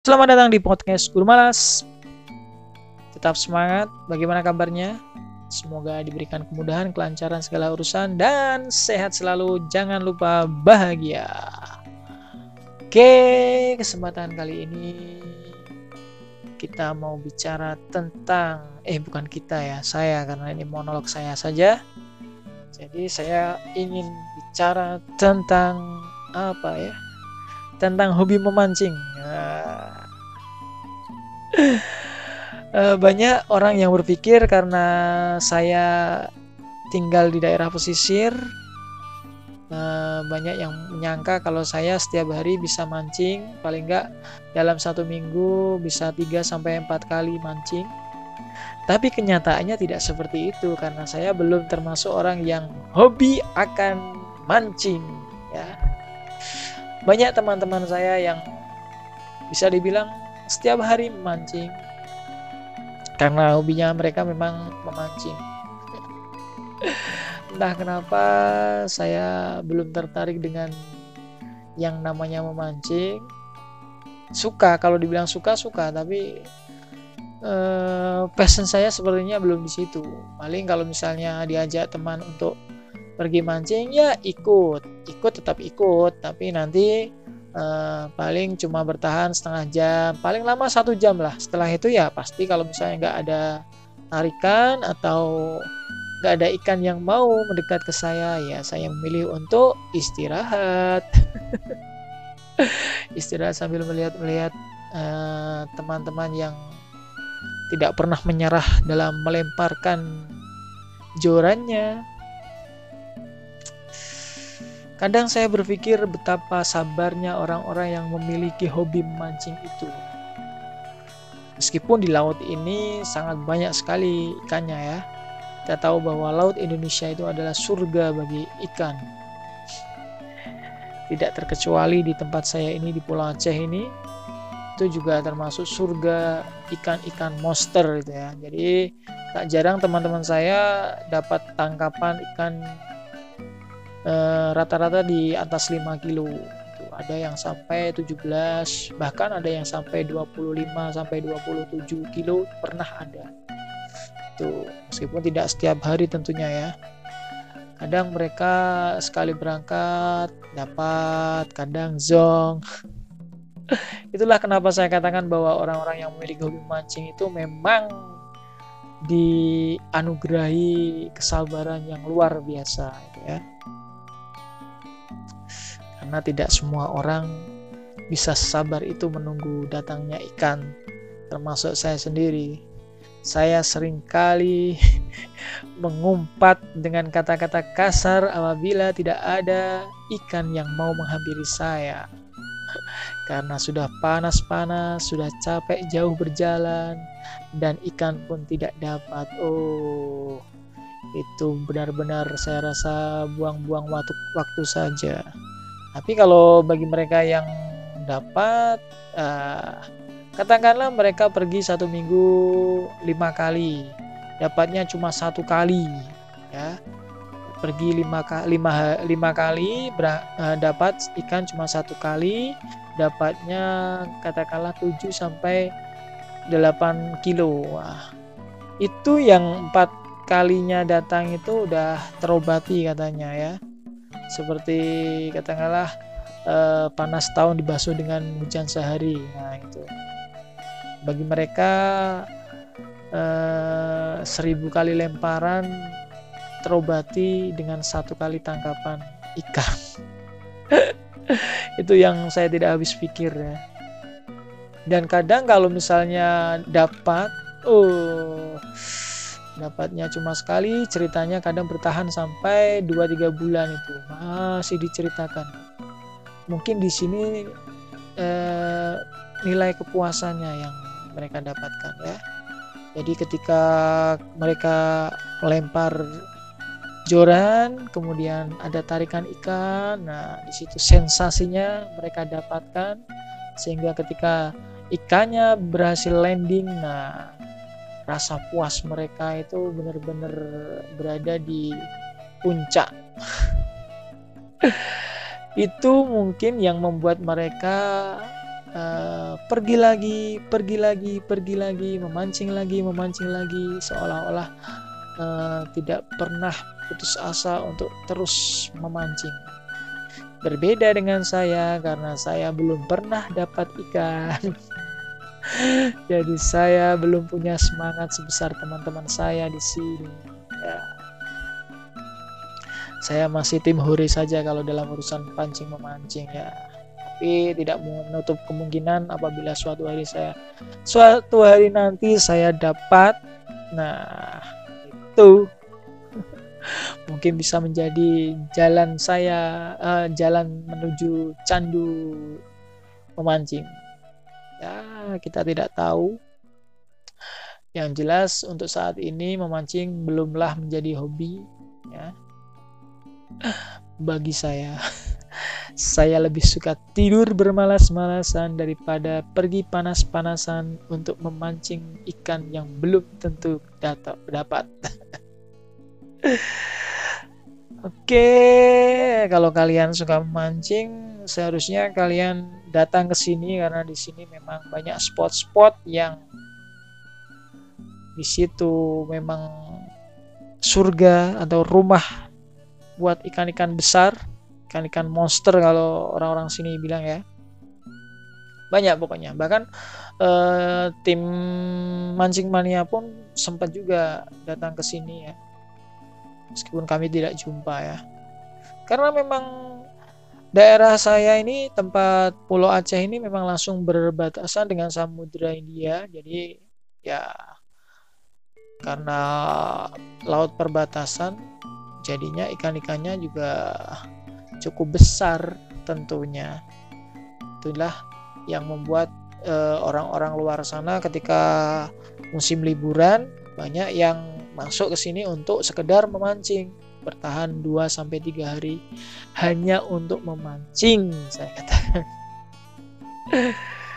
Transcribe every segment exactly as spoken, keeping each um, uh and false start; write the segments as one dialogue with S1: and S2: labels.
S1: Selamat datang di podcast Guru Malas. Tetap semangat, bagaimana kabarnya? Semoga diberikan kemudahan, kelancaran segala urusan, dan sehat selalu. Jangan lupa bahagia. Oke, kesempatan kali ini kita mau bicara tentang, eh bukan kita ya, saya, karena ini monolog saya saja. Jadi saya ingin bicara tentang apa ya? Tentang hobi memancing. Nah, banyak orang yang berpikir karena saya tinggal di daerah pesisir, banyak yang menyangka kalau saya setiap hari bisa mancing, paling enggak dalam satu minggu bisa tiga sampai empat kali mancing. Tapi kenyataannya tidak seperti itu, karena saya belum termasuk orang yang hobi akan mancing ya. Banyak teman-teman saya yang bisa dibilang setiap hari memancing, karena hobinya mereka memang memancing. Entah kenapa saya belum tertarik dengan yang namanya memancing. Suka, kalau dibilang suka suka, tapi eh, passion saya sepertinya belum di situ. Paling kalau misalnya diajak teman untuk pergi mancing, ya ikut, ikut tetap ikut, tapi nanti Uh, paling cuma bertahan setengah jam, paling lama satu jam lah. Setelah itu ya pasti kalau misalnya nggak ada tarikan atau nggak ada ikan yang mau mendekat ke saya, ya saya memilih untuk istirahat. Istirahat sambil melihat-melihat uh, teman-teman yang tidak pernah menyerah dalam melemparkan jorannya. Kadang saya berpikir betapa sabarnya orang-orang yang memiliki hobi memancing itu. Meskipun di laut ini sangat banyak sekali ikannya ya. Kita tahu bahwa laut Indonesia itu adalah surga bagi ikan. Tidak terkecuali di tempat saya ini, di Pulau Aceh ini, itu juga termasuk surga ikan-ikan monster gitu ya. Jadi tak jarang teman-teman saya dapat tangkapan ikan Uh, rata-rata di atas lima kilo. Tuh, ada yang sampai tujuh belas, bahkan ada yang sampai dua puluh lima sampai dua puluh tujuh kilo pernah ada. Tuh, meskipun tidak setiap hari tentunya ya. Kadang mereka sekali berangkat dapat, kadang zong. Itulah kenapa saya katakan bahwa orang-orang yang memiliki hobi mancing itu memang dianugerahi kesabaran yang luar biasa gitu ya. Karena tidak semua orang bisa sabar itu menunggu datangnya ikan, termasuk saya sendiri. Saya seringkali mengumpat dengan kata-kata kasar apabila tidak ada ikan yang mau menghampiri saya. Karena sudah panas-panas, sudah capek jauh berjalan, dan ikan pun tidak dapat. Oh, itu benar-benar saya rasa buang-buang waktu, waktu saja. Tapi kalau bagi mereka yang dapat, uh, katakanlah mereka pergi satu minggu lima kali, dapatnya cuma satu kali, ya. Pergi lima, lima, lima kali, ber, uh, dapat ikan cuma satu kali, dapatnya katakanlah tujuh sampai delapan kilo. Wah, itu yang empat kalinya datang itu udah terobati katanya ya. Seperti katakanlah eh, panas tahun dibasuh dengan hujan sehari. Nah itu bagi mereka eh, seribu kali lemparan terobati dengan satu kali tangkapan ikan. Itu yang saya tidak habis pikir ya. Dan kadang kalau misalnya dapat, oh dapatnya cuma sekali, ceritanya kadang bertahan sampai dua tiga bulan, itu masih diceritakan. Mungkin di sini eh, nilai kepuasannya yang mereka dapatkan ya. Jadi ketika mereka melempar joran, kemudian ada tarikan ikan, nah di situ sensasinya mereka dapatkan, sehingga ketika ikannya berhasil landing, nah rasa puas mereka itu benar-benar berada di puncak. Itu mungkin yang membuat mereka uh, pergi lagi, pergi lagi, pergi lagi, memancing lagi, memancing lagi, seolah-olah uh, tidak pernah putus asa untuk terus memancing. Berbeda dengan saya, karena saya belum pernah dapat ikan. Jadi saya belum punya semangat sebesar teman-teman saya di sini. Ya. Saya masih tim hore saja kalau dalam urusan pancing memancing ya. Tapi tidak menutup kemungkinan apabila suatu hari saya suatu hari nanti saya dapat, nah itu mungkin bisa menjadi jalan saya, uh, jalan menuju candu memancing. Ya, kita tidak tahu. Yang jelas untuk saat ini memancing belumlah menjadi hobi ya. Bagi saya, saya lebih suka tidur bermalas-malasan daripada pergi panas-panasan untuk memancing ikan yang belum tentu dapat. Oke, kalau kalian suka memancing, seharusnya kalian datang ke sini karena di sini memang banyak spot-spot yang di situ memang surga atau rumah buat ikan-ikan besar, ikan-ikan monster kalau orang-orang sini bilang ya. Banyak pokoknya. Bahkan eh, tim Mancing Mania pun sempat juga datang ke sini ya. Meskipun kami tidak jumpa ya. Karena memang daerah saya ini, tempat Pulau Aceh ini memang langsung berbatasan dengan Samudra India. Jadi ya karena laut perbatasan, jadinya ikan-ikannya juga cukup besar tentunya. Itulah yang membuat eh, orang-orang luar sana ketika musim liburan banyak yang masuk ke sini untuk sekedar memancing, bertahan dua sampai tiga hari hanya untuk memancing, saya katakan. hmm.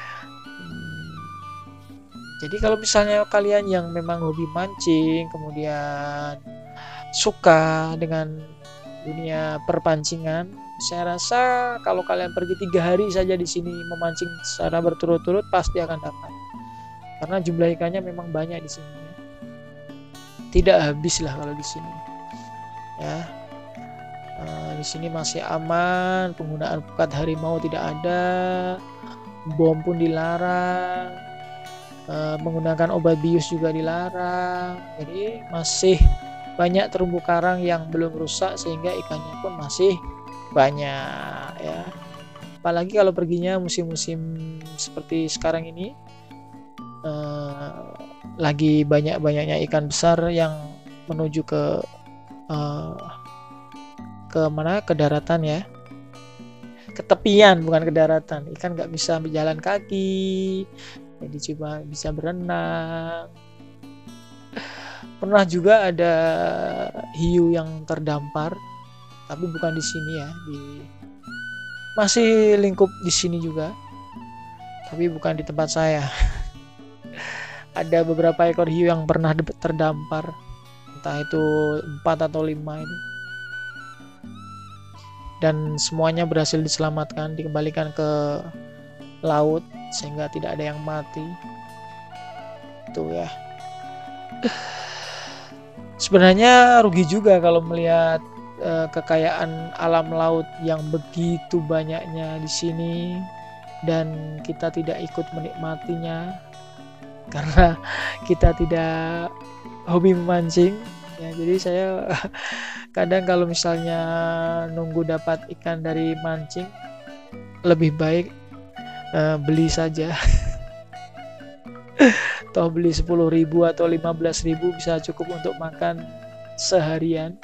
S1: Jadi kalau misalnya kalian yang memang hobi mancing, kemudian suka dengan dunia perpancingan, saya rasa kalau kalian pergi tiga hari saja di sini memancing secara berturut-turut pasti akan dapat. Karena jumlah ikannya memang banyak di sini. Tidak habis lah kalau di sini. Ya, uh, di sini masih aman, penggunaan pukat harimau tidak ada, bom pun dilarang, uh, menggunakan obat bius juga dilarang. Jadi masih banyak terumbu karang yang belum rusak sehingga ikannya pun masih banyak ya. Apalagi kalau perginya musim-musim seperti sekarang ini, uh, lagi banyak-banyaknya ikan besar yang menuju ke uh, ke mana ke daratan ya, ke tepian bukan ke daratan. Ikan nggak bisa berjalan kaki, jadi cuma bisa berenang. Pernah juga ada hiu yang terdampar, tapi bukan di sini ya, di masih lingkup di sini juga, tapi bukan di tempat saya. Ada beberapa ekor hiu yang pernah terdampar, entah itu empat atau lima itu, dan semuanya berhasil diselamatkan, dikembalikan ke laut sehingga tidak ada yang mati. Itu ya. Sebenarnya rugi juga kalau melihat uh, kekayaan alam laut yang begitu banyaknya di sini dan kita tidak ikut menikmatinya karena kita tidak hobi memancing ya. Jadi saya kadang kalau misalnya nunggu dapat ikan dari mancing, lebih baik uh, beli saja. Toh beli sepuluh ribu atau lima belas ribu bisa cukup untuk makan seharian.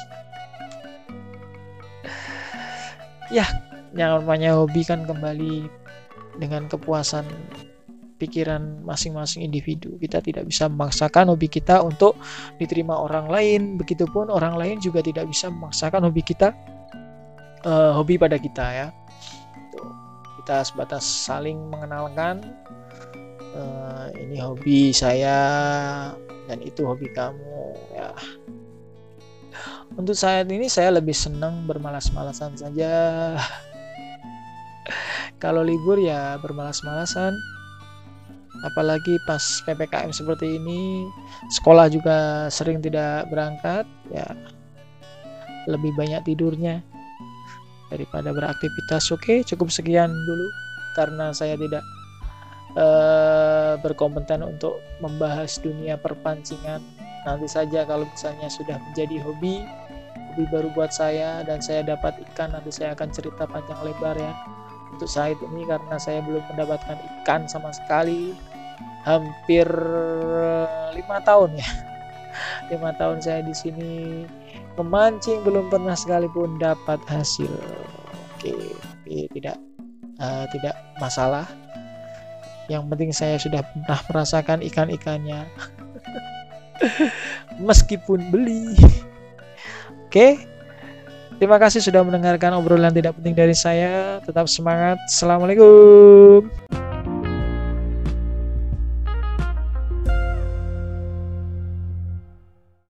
S1: Ya, yang namanya hobi kan kembali dengan kepuasan pikiran masing-masing individu. Kita tidak bisa memaksakan hobi kita untuk diterima orang lain. Begitupun orang lain juga tidak bisa memaksakan hobi kita uh, hobi pada kita ya. Tuh, kita sebatas saling mengenalkan. Uh, ini hobi saya dan itu hobi kamu ya. Untuk saat ini saya lebih senang bermalas-malasan saja Kalau libur ya bermalas-malasan. Apalagi pas P P K M seperti ini, sekolah juga sering tidak berangkat, ya lebih banyak tidurnya daripada beraktivitas. Oke, cukup sekian dulu karena saya tidak uh, berkompeten untuk membahas dunia perpancingan. Nanti saja kalau misalnya sudah menjadi hobi hobi baru buat saya dan saya dapat ikan, nanti saya akan cerita panjang lebar ya. Untuk saat ini karena saya belum mendapatkan ikan sama sekali, hampir lima tahun ya, lima tahun saya di sini memancing belum pernah sekalipun dapat hasil. Oke, tapi tidak uh, tidak masalah. Yang penting saya sudah pernah merasakan ikan-ikannya, meskipun beli. Oke. Terima kasih sudah mendengarkan obrolan tidak penting dari saya. Tetap semangat. Assalamualaikum.